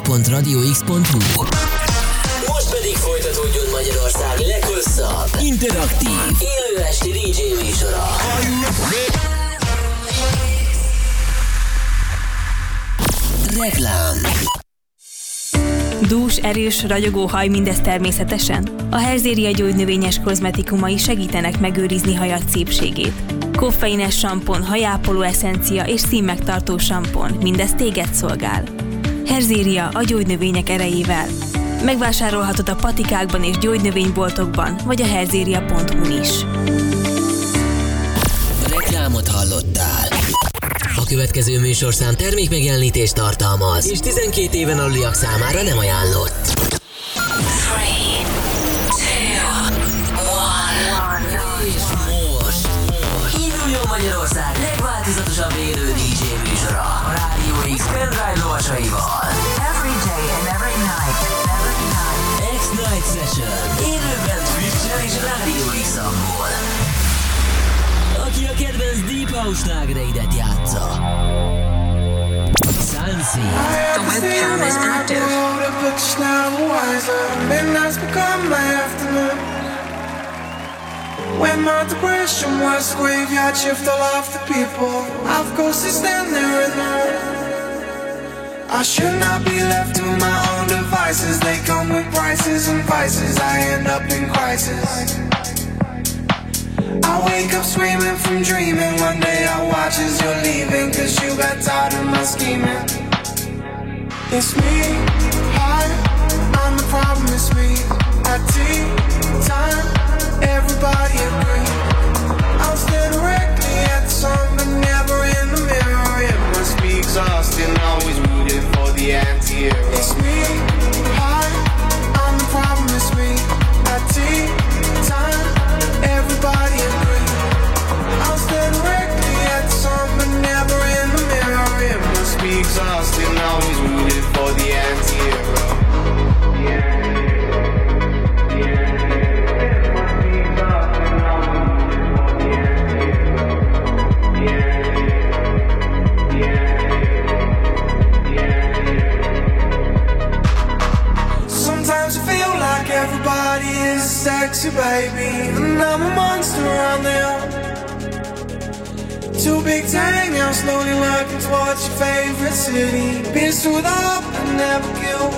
www.radiox.hu. Most pedig folytatódjon Magyarország leghosszabb, interaktív, élő esti DJ műsora. Reklám. Dús, erős, ragyogó haj, mindez természetesen? A Herzéria gyógynövényes kozmetikumai segítenek megőrizni hajad szépségét. Koffeines sampon, hajápoló eszencia és színmegtartó sampon, mindez téged szolgál. Herzéria a gyógynövények erejével. Megvásárolhatod a patikákban és gyógynövényboltokban, vagy a herzéria.hu-n is. Reklámot hallottál. A következő műsorszám termékmegjelenítést tartalmaz, és 12 éven aluliak számára nem ajánlott. 3, 2, 1. És most induljon Magyarország legváltozatosabb élő DJ műsora a Rádió X pendrive lovasaival. Every day and every night. X-Night Session. Élőben Twitch-en és Rádió X-amból. Aki a kedvenc Deep House slágereidet játsza. Sunsi. The webcam is active. When my depression was graveyard shift, all of the people I've ghosted stand there alone. I should not be left to my own devices. They come with prices and vices. I end up in crisis. I wake up screaming from dreaming. One day I watch as you're leaving, cause you got tired of my scheming. It's me, hi, I'm the problem, it's me. At tea time, everybody agree. I'll stare directly at the sun, but never in the mirror. It must be exhausting, always rooted for the anti-hero. It's me, hi, I'm the problem, it's me. At tea time, everybody agree. I'll stare directly at the sun, but never in the mirror. It must be exhausting, always rooted for the anti-hero. Sometimes I feel like everybody is sexy, baby, and I'm a monster around them. Too big to hang out, slowly working towards your favorite city. Pierced through the heart and never kill.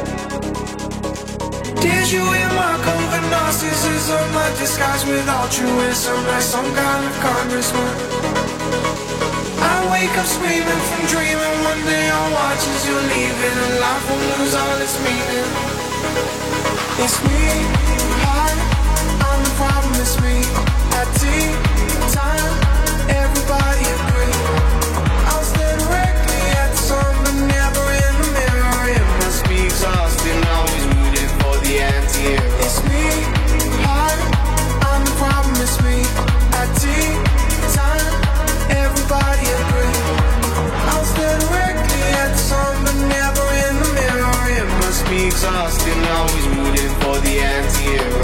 Did you hear my covert narcissism? My disguise with altruism, like some kind of congressman. I wake up screaming from dreaming. One day I'll watch as you're leaving, and life will lose all its meaning. It's me, hi, I'm the problem, it's me. At tea time, everybody agree. I'll stare directly at the sun, but never in the mirror. It must be exhausting, always rooted for the anti-hero. It's me, hi, I'm the problem, it's me. At tea time, everybody agree. I'll stare directly at the sun, but never in the mirror. It must be exhausting, always rooted for the anti-hero.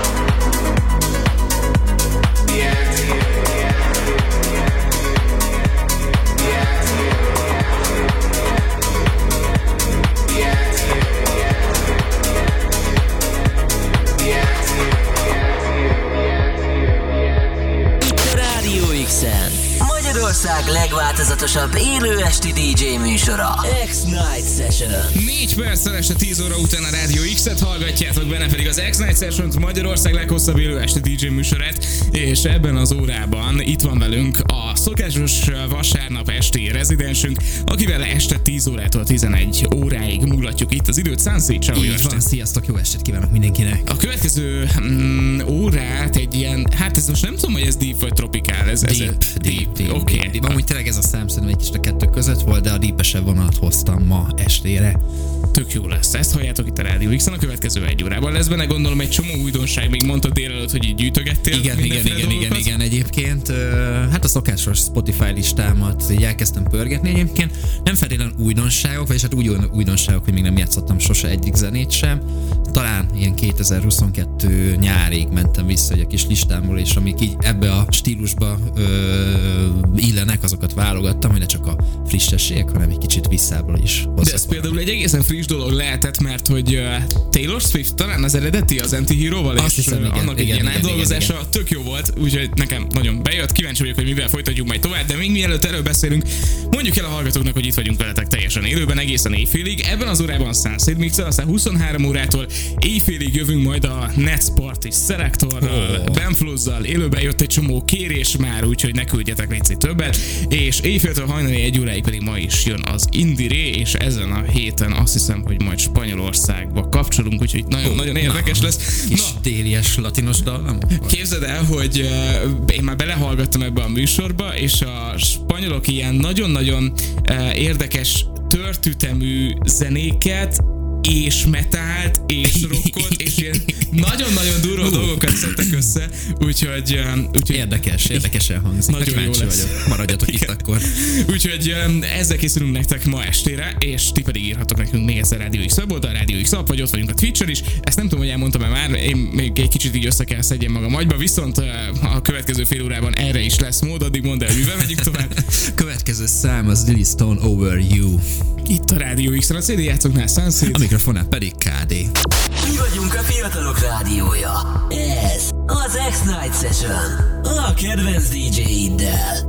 The anti-hero. Magyarország legváltozatosabb élő esti DJ műsora, X-Night Session. 4 perccel este 10 óra után a Rádió X-et hallgatjátok, benne pedig az X-Night Session, Magyarország leghosszabb élő esti DJ műsorát, és ebben az órában itt van velünk a szokásos vasárnap esti rezidensünk, akivel este 10 órától 11 óráig múlatjuk itt az időt. Sunsi, ciao, jó estét! Sziasztok, jó estét kívánok mindenkinek! A következő órát egy ilyen, hát ez most nem tudom, hogy ez deep vagy tropikál, ez Deep. Oké. Amúgy tényleg ez a szám szerintem egy kis a kettő között volt, de a deepesebb vonalat hoztam ma estére. Tök jó lesz. Ezt halljátok itt a Rádió X-en, a következő egy órában lesz benne, gondolom egy csomó újdonság, még mondtad délelőtt, hogy így gyűjtögettél. Igen, egyébként. Hát a szokásos Spotify listámat így elkezdtem pörgetni egyébként. Nem feltétlenül újdonságok, vagyis hát úgy újdonságok, hogy még még nem játszottam sose egyik zenét sem. Talán ilyen 2022 nyárig mentem vissza egy kis listámból, és amik így ebbe a stílusba illenek, azokat válogattam, hogy ne csak a frissességek, hanem egy kicsit visszából is. De ez például egy egészen friss dolog lehetett, mert hogy Taylor Swift talán az eredeti az Anti-Hero-val, és hiszem, annak egy ilyen átdolgozása igen. tök jó volt, úgyhogy nekem nagyon bejött, kíváncsi vagyok, hogy mivel folytatjuk majd tovább, de még mielőtt erről beszélünk, mondjuk el a hallgatóknak, hogy itt vagyunk veletek teljesen élőben, egészen éjfélig. Ebben az órában Sunset Mix-el, aztán 23 órától éjfélig jövünk majd a Nets Party Selectorral, Ben Fluzzal, élőben jött egy csomó kérés már, úgyhogy ne küldjetek légy többet, és éjféltől hajnali 1 óráig pedig ma is jön az Indire, és ezen a héten azt hiszem, hogy majd Spanyolországba kapcsolunk, úgyhogy nagyon érdekes lesz. Kis délies, latinos dallam. Képzeld el, hogy én már belehallgattam ebbe a műsorba, és a spanyolok ilyen nagyon-nagyon érdekes törtütemű zenéket, és metált, és rockot, és ilyen nagyon-nagyon durva dolgokat szedtek össze, úgyhogy Érdekesen hangzik. Nagyon jó lesz. Vagyok. Maradjatok itt akkor. Úgyhogy ezzel készülünk nektek ma estére, és ti pedig írhatok nekünk még egyszer Radio X weboldal, Radio X app, vagy ott vagyunk a Twitch-en is. Ezt nem tudom, hogy elmondtam-e már, én még egy kicsit így össze kell szedjem magam agyba, viszont a következő fél órában erre is lesz mód, addig mondd el, hogy mivel megyünk tovább. Következő szám az Lily Stone Over You. Itt a Radio X-en, a CD játszóknál Sunset. A mikrofonát pedig KD. Mi vagyunk a fiatalok rádiója. Ez az X-Night Session. A kedvenc DJ-iddel.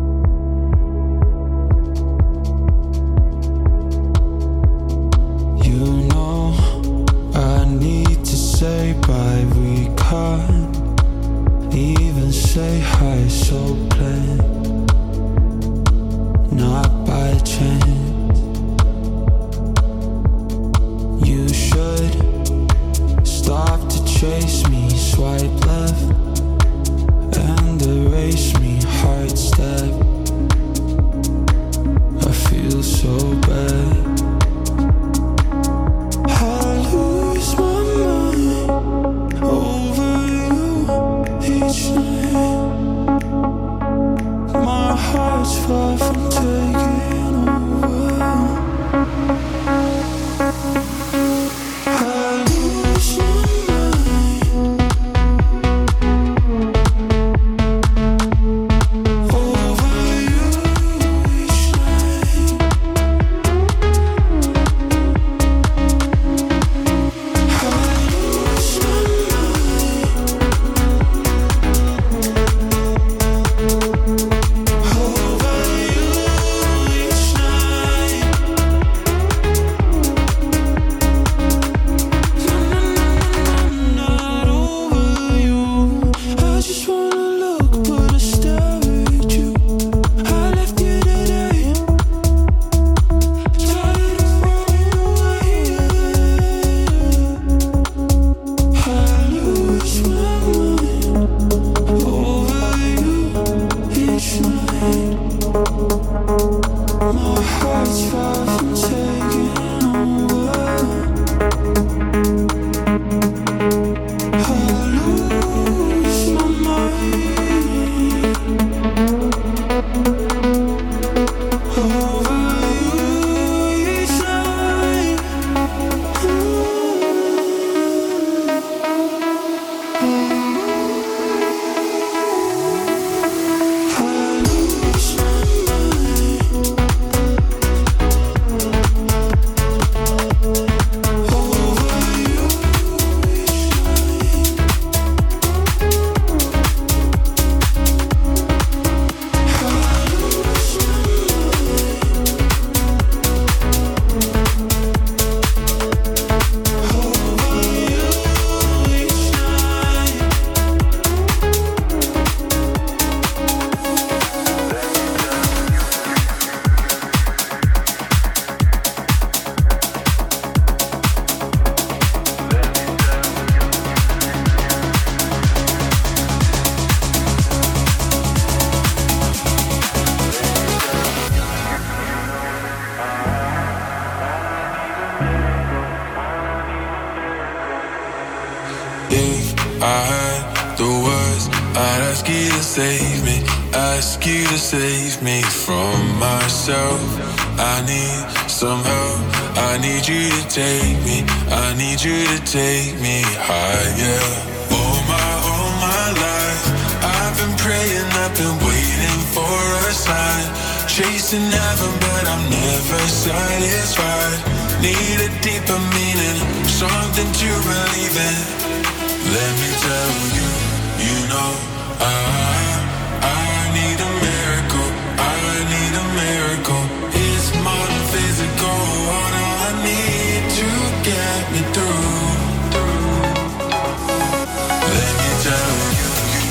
You know I need to say bye. We can't even say hi so plain. Not by chance. You should stop to chase me, swipe left and erase me, heart step. I feel so bad. I lose my mind over you each night. My heart's far from taking over. I heard the words, I'd ask you to save me, ask you to save me from myself. I need somehow. I need you to take me, I need you to take me higher. All my life, I've been praying, I've been waiting for a sign. Chasing heaven, but I'm never satisfied. Need a deeper meaning, something to believe in. Let me tell you, you know, I need a miracle, I need a miracle. It's more than physical, what I need to get me through. Let me tell you.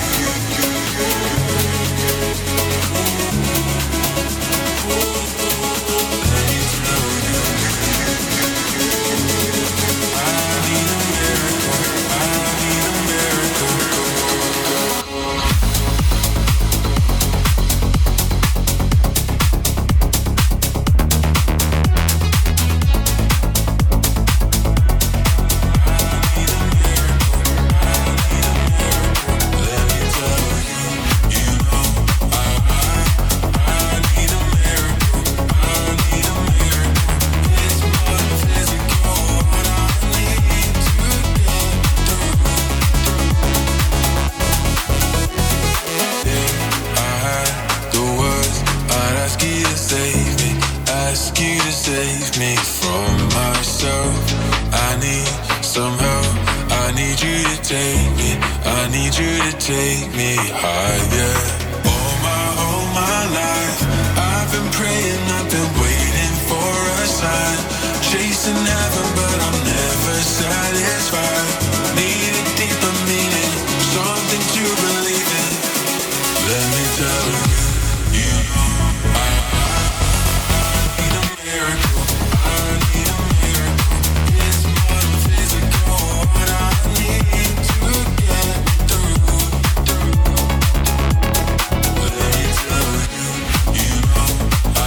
Take me higher. All my life, I've been praying, I've been waiting for a sign. Chasing heaven, but I'm never satisfied. Need a deeper meaning, something to believe in. Let me tell you, you know, I need a miracle, I need a miracle. It's more than physical, what I need to get through.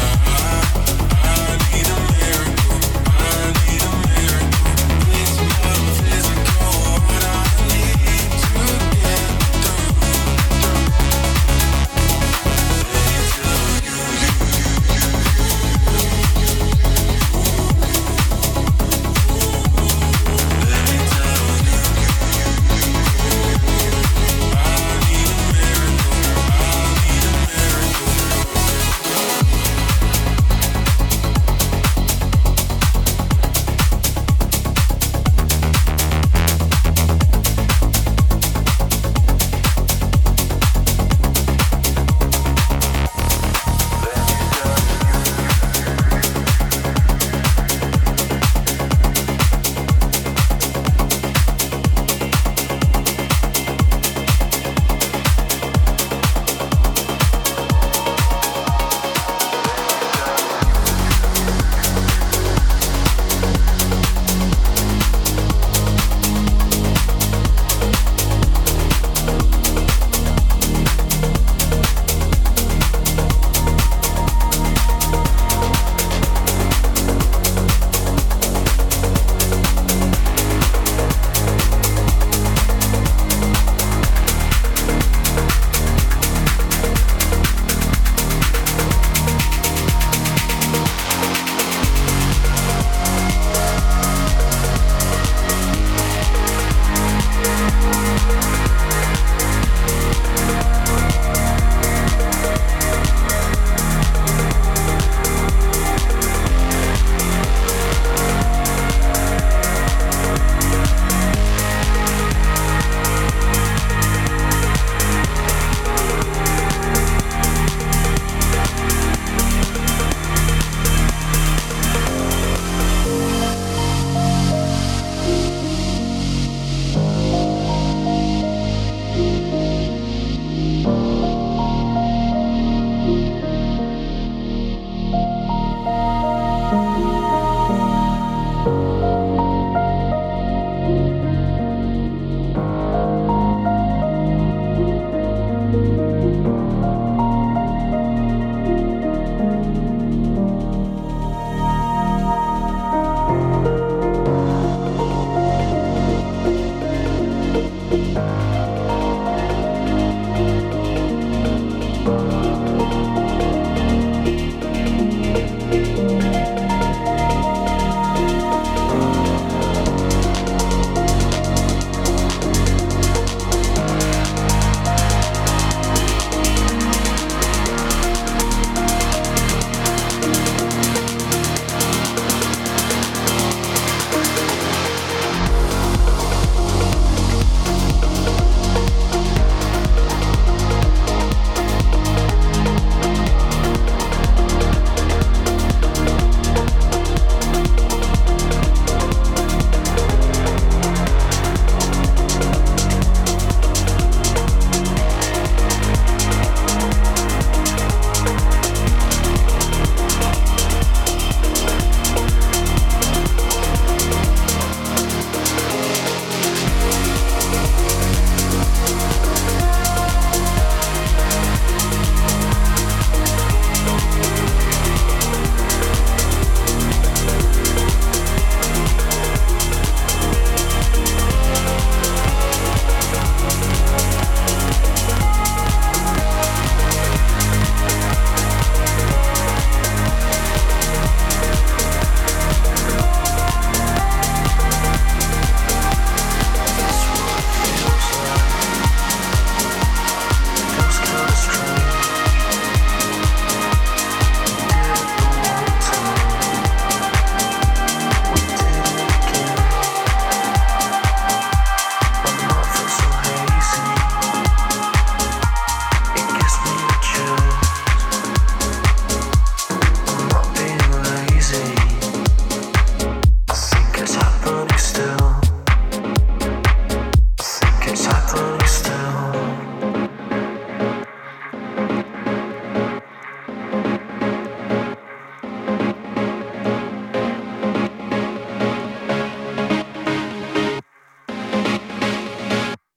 It's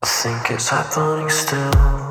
think it's happening still.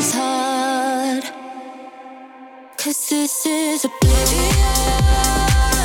Cause this is oblivion.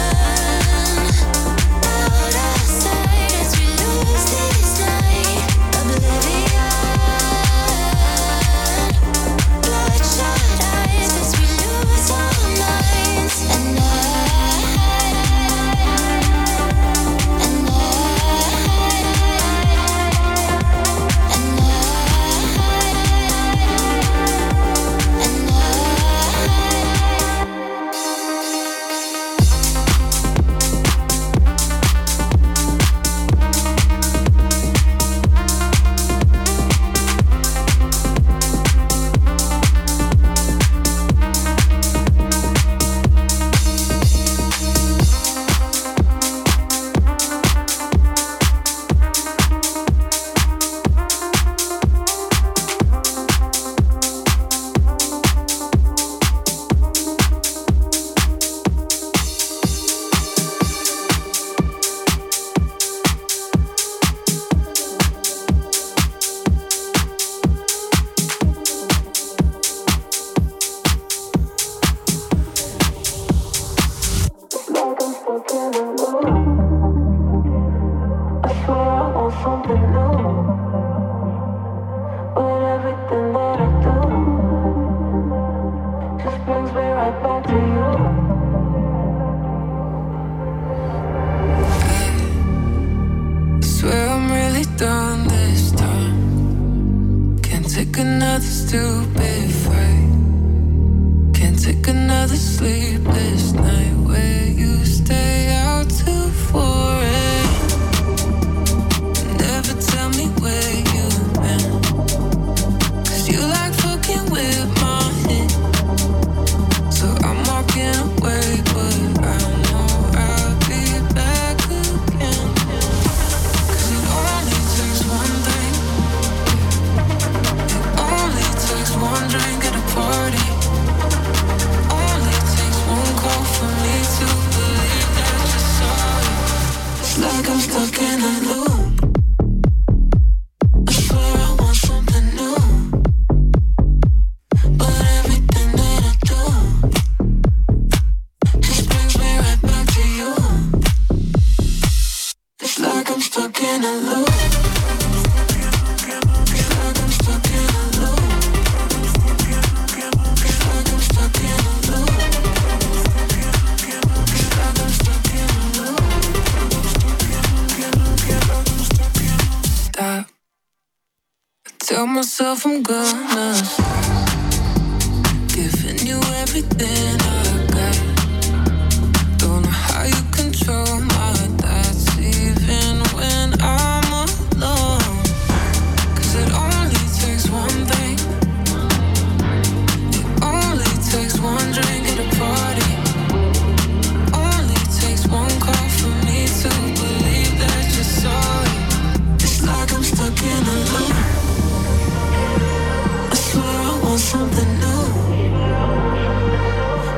right back to you. I swear I'm really done this time. Can't take another stupid fight. Can't take another sleepless night where you stay out till 4 a.m. Never tell me where you've been, 'cause you like fucking with my head. So I'm walking away, but I know I'll be back again. 'Cause it only takes one thing. It only takes one drink at a party. Only takes one call for me to believe that you're sorry. It's like I'm stuck in a loop. I swear I want something new, but everything that I do just brings me right back to you. It's like I'm stuck in a loop. It's like I'm stuck in a loop. It's like I'm stuck in a loop. It's like I'm stuck in a loop. Stop. I tell myself I'm gonna stop giving you everything I got. Don't know how you control my thoughts even when I'm alone. 'Cause it only takes one thing. It only takes one drink at a party. Only takes one call for me to believe that you're sorry. It's like I'm stuck in a loop. I swear I want something new,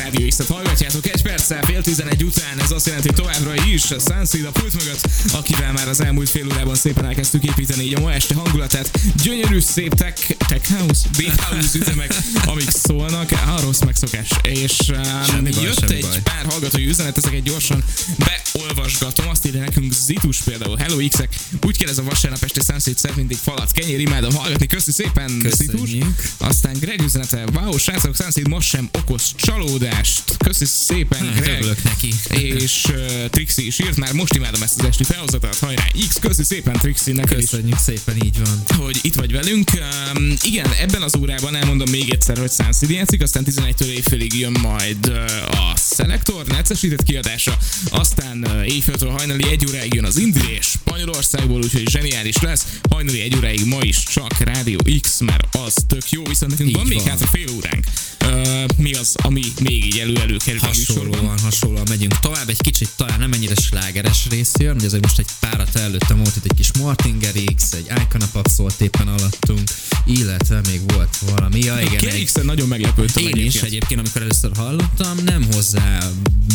Rádió X-et hallgatjátok 1 perccel, fél 11 után, ez azt jelenti, hogy továbbra is Sunseed a pult mögött, akivel már az elmúlt fél órában szépen elkezdtük építeni így a ma este hangulatát. Gyönyörű, szép tech house, deep house ütemek, amik szólnak, rossz megszokás. És jött egy pár hallgatói üzenet, ezeket gyorsan beolvasgatom, azt írja nekünk Zitus például, hello X-ek, úgy kérdez a vasárnap este Sunseed szert mindig falat, kenyér, imádom hallgatni, köszi szépen Zitus. Aztán Greg üzenete, wow, srácok, Sunseed most sem okoz csalódást, köszi szépen Greg. Örülök neki. És Trixie is írt, már most imádom ezt az esti felhozatot, hajrá X, köszi szépen Trixie, neked is. Köszönjük szépen, így van. Hogy itt vagy velünk. Igen, ebben az órában elmondom még egyszer, hogy Sunseed játszik, aztán 11-től éjfélig jön majd a Selector necesített kiadása, aztán éjféltől hajnali 1 óráig jön az Indie és Spanyolországból, úgyhogy zseniális lesz. Hajnali 1 óráig ma is csak Rádió X, mert az tök jó, viszont nekünk így van még hátra fél óránk. Mi az, ami még így elő kerül a műsorban? Hasonlóan megyünk tovább, egy kicsit talán nem ennyire slágeres rész jön, ugye azért most egy párat előttem volt itt egy kis Martin Garrix, egy Icona Pop szólt éppen alattunk, illetve még volt valami. Ja, igen, Garrixen nagyon meglepődtem. Én is egyébként, amikor először hallottam, nem hozzá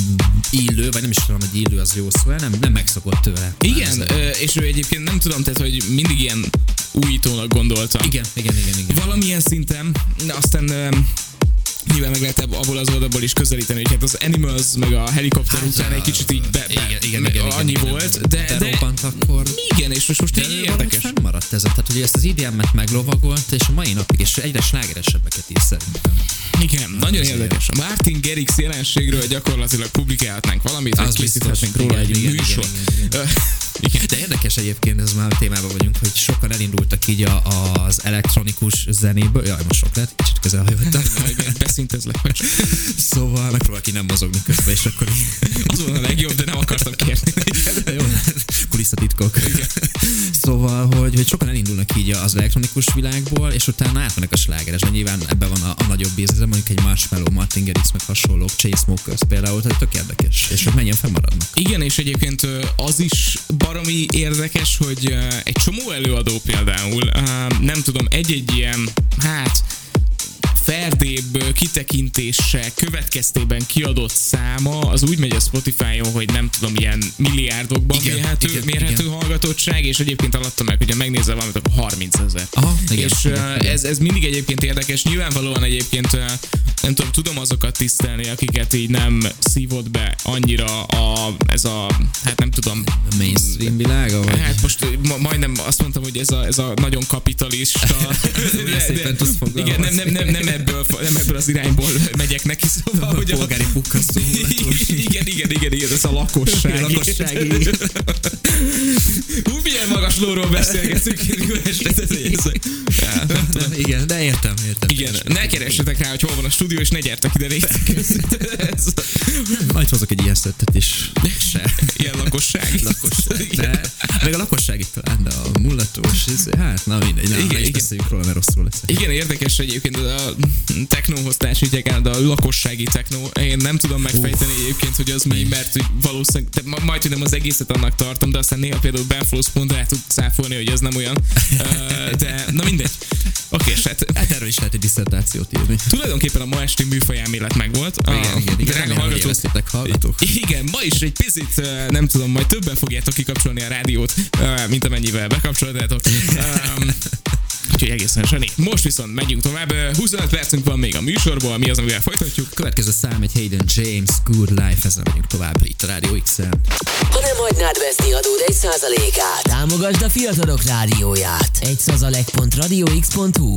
illő, vagy nem is tudom, hogy illő az jó szó, nem megszokott tőle. Igen, és ő egyébként nem tudom, tehát, hogy mindig ilyen újítónak gondoltam. Igen. Valamilyen szinten, aztán nyilván meg lehet abból az oldalból is közelíteni, hogy hát az Animals meg a helikopter után egy kicsit így annyi volt, de robbant akkor. Igen, és most így érdekes. Fennmaradt ez, tehát hogy ezt az IDM-et meglovagolt, és a mai napig és egyre slágeresebbeket is szerintem. Igen, nagyon érdekes. A Martin Garrix jelenségről gyakorlatilag publikálhatnánk valamit, hogy készíthetnénk róla egy műsor. Igen. De érdekes egyébként, ez már a témában vagyunk, hogy sokan elindultak így az elektronikus zenéből. Jaj, most sok lehet, kicsit közel hajoltam. Beszintezlek. Szóval megpróbál ki nem mozogni közben, és akkor az volt a legjobb, de nem akartam kérni. Kulisszatitkok. Szóval, hogy sokan elindulnak így az elektronikus világból, és utána átmennek a slágeresben. Nyilván ebben van a nagyobb biznisz, mondjuk egy Marshmello, Martin Garrix, meg hasonlók, Chainsmokers például, tehát tök érdekes, és hogy mennyien fennmaradnak. Igen, és egyébként az is baromi érdekes, hogy egy csomó előadó például, nem tudom, egy-egy ilyen, ferdébb kitekintése következtében kiadott száma, az úgy megy a Spotify-on, hogy nem tudom, ilyen milliárdokban mérhető hallgatottság, és egyébként alatta meg, hogyha megnézel valamit, akkor 30 000. És ez mindig egyébként érdekes. Nyilvánvalóan egyébként nem tudom azokat tisztelni, akiket így nem szívott be annyira ez a nem tudom. A mainstream világa? Vagy? Hát most majdnem azt mondtam, hogy ez a nagyon kapitalista. Szépen tudsz fogalmazni. Igen, nem ebből az irányból megyek neki, szóval, hogy polgári pukkasztó. Igen, ez a lakosság. Milyen magas lóról beszélgetünk. Igen, de értem. Igen, ne keressetek rá, hogy hol van a stúdió, és ne gyertek ide részt. Majd hozok egy ilyen szettet is. Ilyen lakosság. De, meg a lakosság itt talán, de a mullatós, na mindegy, is beszéljük róla, mert rosszul lesz. Igen, érdekes egyébként a technóhoz társítják el, de a lakossági technó, én nem tudom megfejteni egyébként, hogy az mi, mert valószínűleg, majd nem az egészet annak tartom, de aztán néha például Ben Flows pont rá tud száfolni, hogy ez nem olyan. De na mindegy. Oké, hát erről is lehet egy disszertációt írni. Tulajdonképpen a ma esti műfajálmélet megvolt. Igen, hallgatók. Igen, ma is egy picit, nem tudom, majd többen fogjátok kikapcsolni a rádiót, mint amennyivel bekapcsoltátok. Úgyhogy egészen zseni. Most viszont megyünk tovább. 25 percünk van még a műsorból. Mi az, amivel folytatjuk? Következő szám egy Hayden James, Good Life, ezzel megyünk tovább itt a Rádió X-en. Ha nem hagynád veszni adód 1%-át, támogasd a fiatalok rádióját. 1%.radiox.hu.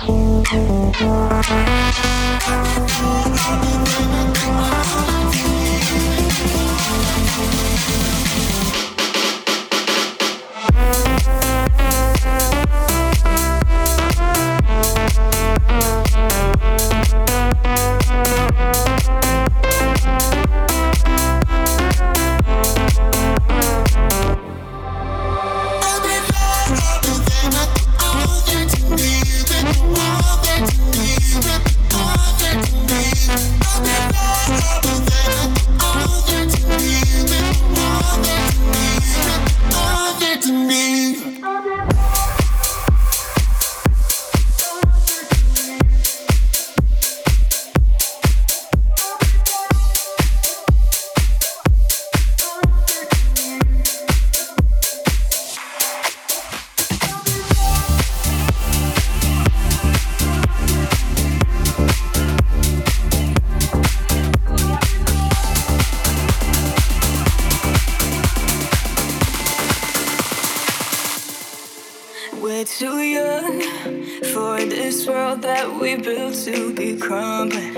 We're too young for this world that we built to be crumbling.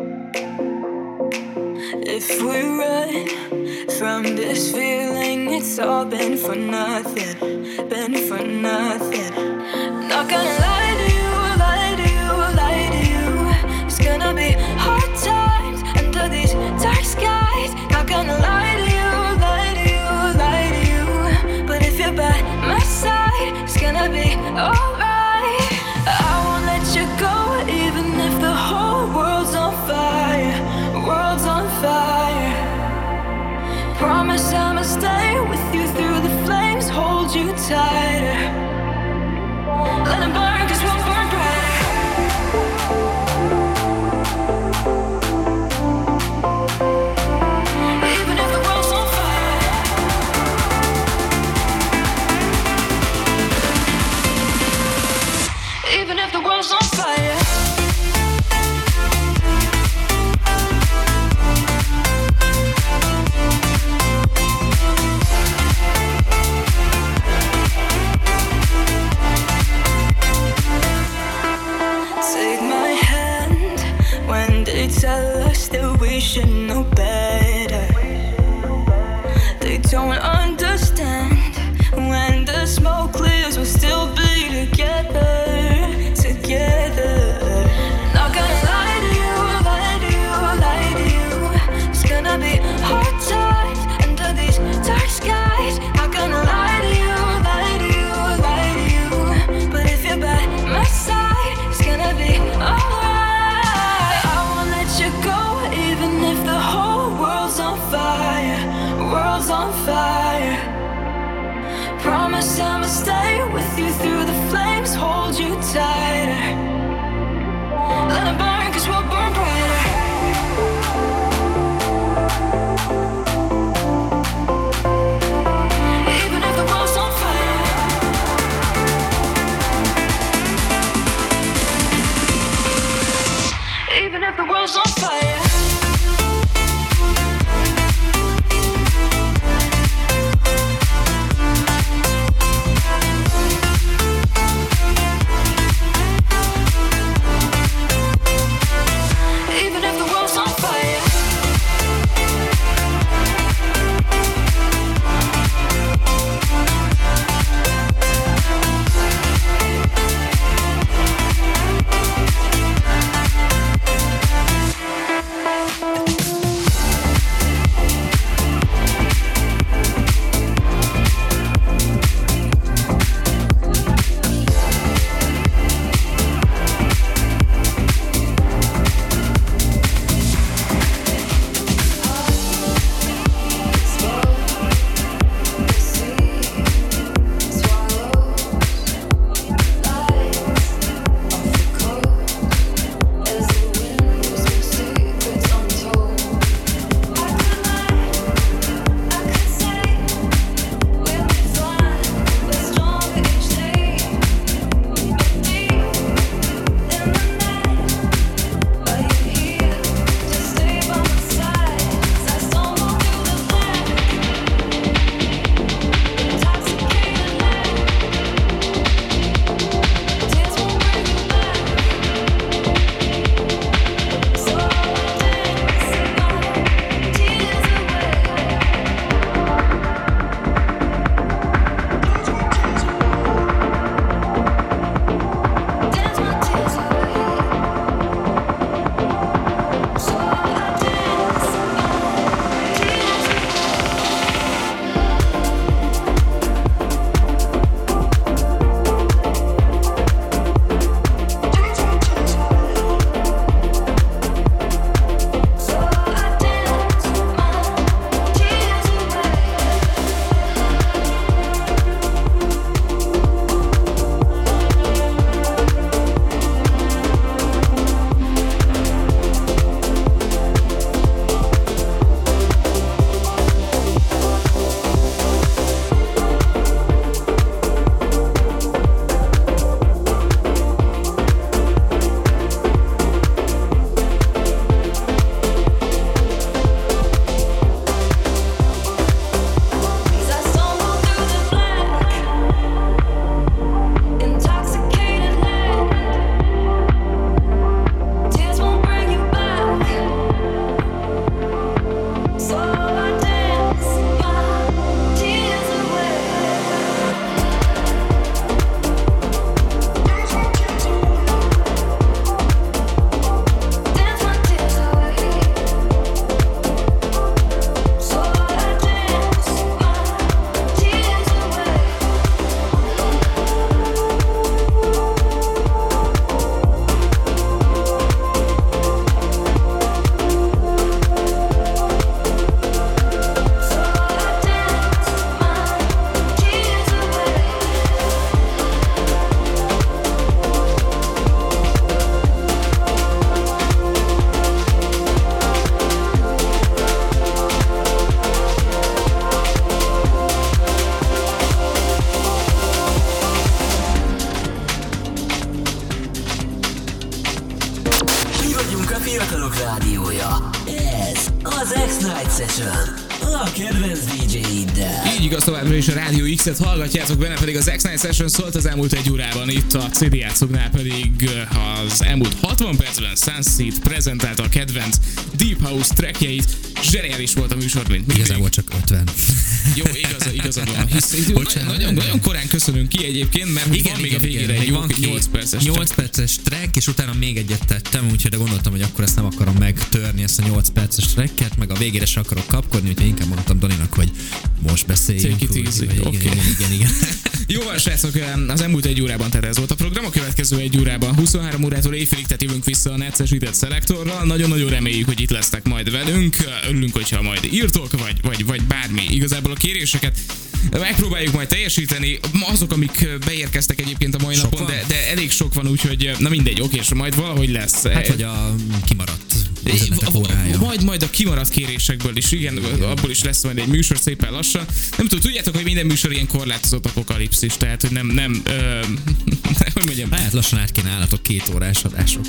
If we run from this feeling, it's all been for nothing, been for nothing. Not gonna lie to you, lie to you, lie to you. It's gonna be hard times under these dark skies. Not gonna lie to you, lie to you, lie to you. But if you're by my side, it's gonna be alright. I won't let you go, even if the whole world's on fire, world's on fire. Promise I'ma stay with you through the flames, hold you tighter. Let them burn, 'cause we'll burn brighter. Even if the world's on fire. Even if the world's on fire. Take my hand when they tell us that we should know better. They don't understand. When the smoke clears, we'll still be together, together. Not gonna lie to you, lie to you, lie to you. It's gonna be hard times under these dark skies. Not gonna lie to you, lie to you, lie to you. But if you're by my side, it's gonna be alright. I won't let you go, even if the whole world's on fire, world's on fire. Promise I'ma stay with you through the flames, hold you tighter. Let them burn, 'cause we'll burn brighter. Even if the world's on fire. Even if the world's on fire. Even if the world's on fire. rádiója. Ez az X-Night Session. A kedvenc DJ-iddel. Így igaz, továbbra is a Rádió X-et hallgatjátok, benne pedig az X-Night Session szólt az elmúlt egy órában, itt a CD játszóknál pedig az elmúlt 60 percben Sunseed prezentálta a kedvenc Deep House trackjeit. Zseniális volt a műsor, mint mindig. Igazából csak 50. Jó, igazad van. Nagyon korán köszönünk ki egyébként, mert igen, van még a végére egy 8 perces 8 perces track, és utána még egyet tettem, úgyhogy de gondoltam, hogy akkor ezt nem akarom megtörni, ezt a 8 perces tracket, meg a végére se akarok kapkodni, úgyhogy inkább mondtam Daninak, hogy most beszéljünk. Igen. Jó van, srácok, az elmúlt egy órában tehát ez volt a program, a következő egy órában 23 órától éjfélig, tehát jövünk vissza a necesített szelektorral. Nagyon-nagyon reméljük, hogy itt lesznek majd velünk. Örülünk, hogyha majd írtok, vagy bármi. Igazából a kéréseket megpróbáljuk majd teljesíteni. Azok, amik beérkeztek egyébként a mai sok napon, de elég sok van, úgyhogy na mindegy, oké, és majd valahogy lesz. Hát vagy a kimaradt üzenetek órája. Majd a kimaradt kérésekből is, igen, abból is lesz majd egy műsor szépen lassan. Nem tudom, tudjátok, hogy minden műsor ilyen korlátozott apokalipszis, tehát hogy nem hogy mondjam. Hát lassan át kéne állatok 2 órás adások.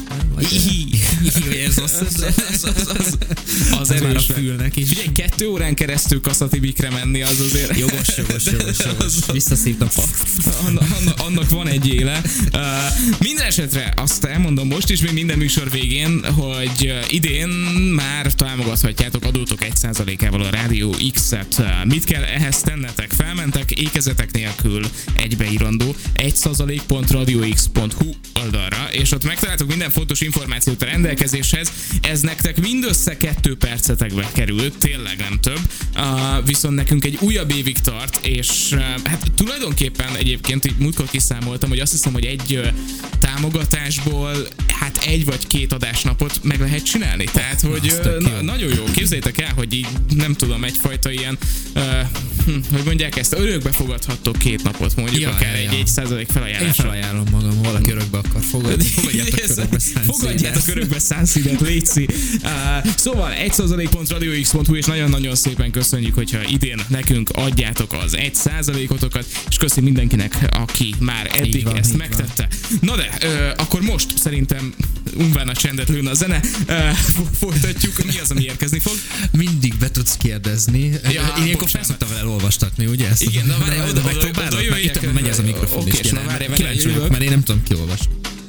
Az erős a fülnek is. Figyelj, 2 órán keresztül kaszatibikre menni, az azért... Jogos. Visszaszívtam. Annak van egy éle. Minden esetre azt elmondom most is, még minden műsor végén, hogy idén már támogathatjátok adótok 1%-ával a Rádió X-et. Mit kell ehhez tennetek? Felmentek ékezetek nélkül egybeírandó 1%.radiox.hu oldalra, és ott megtaláltok minden fontos információt a rendelkezéshez. Ez nektek mindössze 2 percetekbe került, tényleg nem több. Viszont nekünk egy újabb évig tart, és hát tulajdonképpen egyébként így múltkor kiszámoltam, hogy azt hiszem, hogy egy támogatásból hát 1 vagy 2 adásnapot meg lehet csinálni. Tehát, hogy nagyon jó. Képzeljétek el, hogy így nem tudom, egyfajta ilyen hogy mondják ezt, örökbe fogadhattok 2 napot, mondjuk akár egy 1% felajánlásra. Én felajánlom magam, valaki örökbe akar fogadni. Fogadjátok örökbe Sunseedet, létszi. Szóval 1%.radiox.hu, és nagyon-nagyon szépen köszönjük, hogyha idén nekünk adjátok az 1%-otokat, és köszi mindenkinek, aki már eddig ezt megtette. Na de, akkor most szerintem unván a csendet lőn a zene. Folytatjuk, mi az, ami érkezni fog? Mindig be tudsz kérdezni. Én ilyenkor felszoktam vele olvastatni, ugye? Ezt igen, na várj, oda megpróbálok, megy ez a mikrofon is. Kíváncsi vagyok, mert én nem tudom kiolvasni.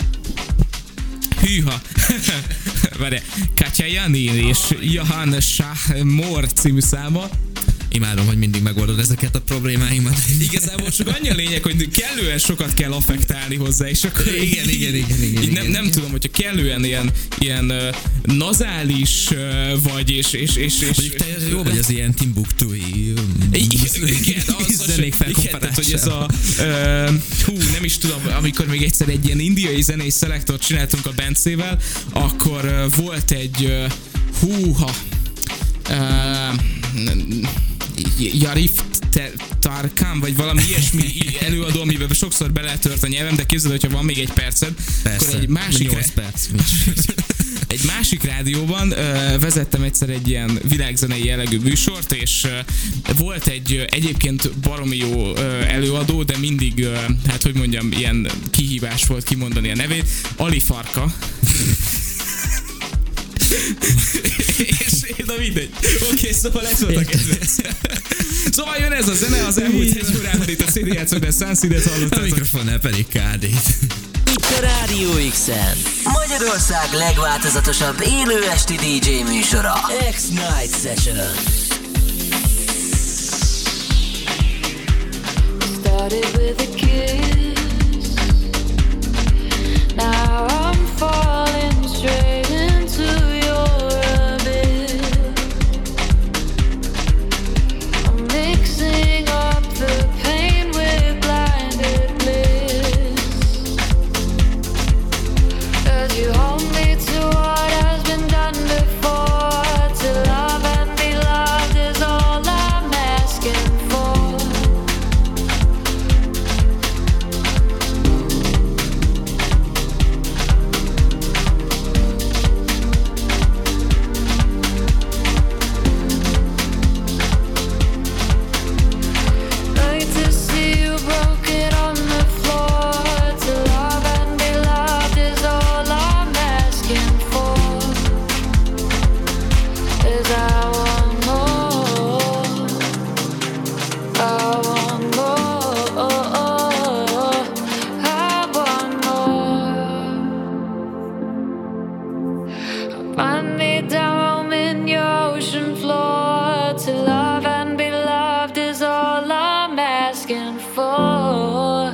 Hűha! Várj, Katja Janin és Johan Shahmor című száma. Imádom, hogy mindig megoldod ezeket a problémáimat. Igazából csak annyi a lényeg, hogy kellően sokat kell affektálni hozzá, és akkor igen. Nem tudom, hogyha kellően ilyen nazális vagy, és te jó vagy az ilyen Timbuktu-i zenék felkomparással. Hogy ez a nem is tudom, amikor még egyszer egy ilyen indiai zenei szelektort csináltunk a Bencével, akkor volt egy Jarif Tarkan, vagy valami ilyesmi előadó, amiben sokszor beletört a nyelvem, de képzeld, hogyha van még egy perced, persze, akkor egy másik egy másik rádióban vezettem egyszer egy ilyen világzenei jellegű műsort, és volt egy egyébként baromi jó előadó, de mindig, hát hogy mondjam, ilyen kihívás volt kimondani a nevét, Ali Farka. És na mindegy. Oké, szóval ez volt a kedvenc. Szóval jön ez a zene, az elmúlt egy órában itt a CD játszók, de Sunseedet hallottátok. A mikrofonnál pedig KD-t. Itt a Rádió X-en Magyarország legváltozatosabb élő esti DJ műsora, X-Night Session. Started with a kiss. Now I'm falling straight into your abyss. I'm mixing up the pain with blinded bliss. As you hold me to what has been done before, to love and be loved is all I'm asking for. hunt me down, roaming your ocean floor. To love and be loved is all I'm asking for.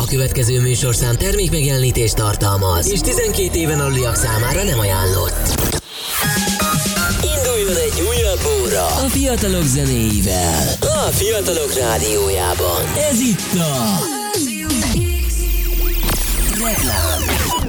következő műsorszám termékmegjelenítést tartalmaz, és 12 éven aluliak számára nem ajánlott. Induljon egy újabb óra a fiatalok zenéivel. A Fiatalok Rádiójában. Ez itt a... Reklám.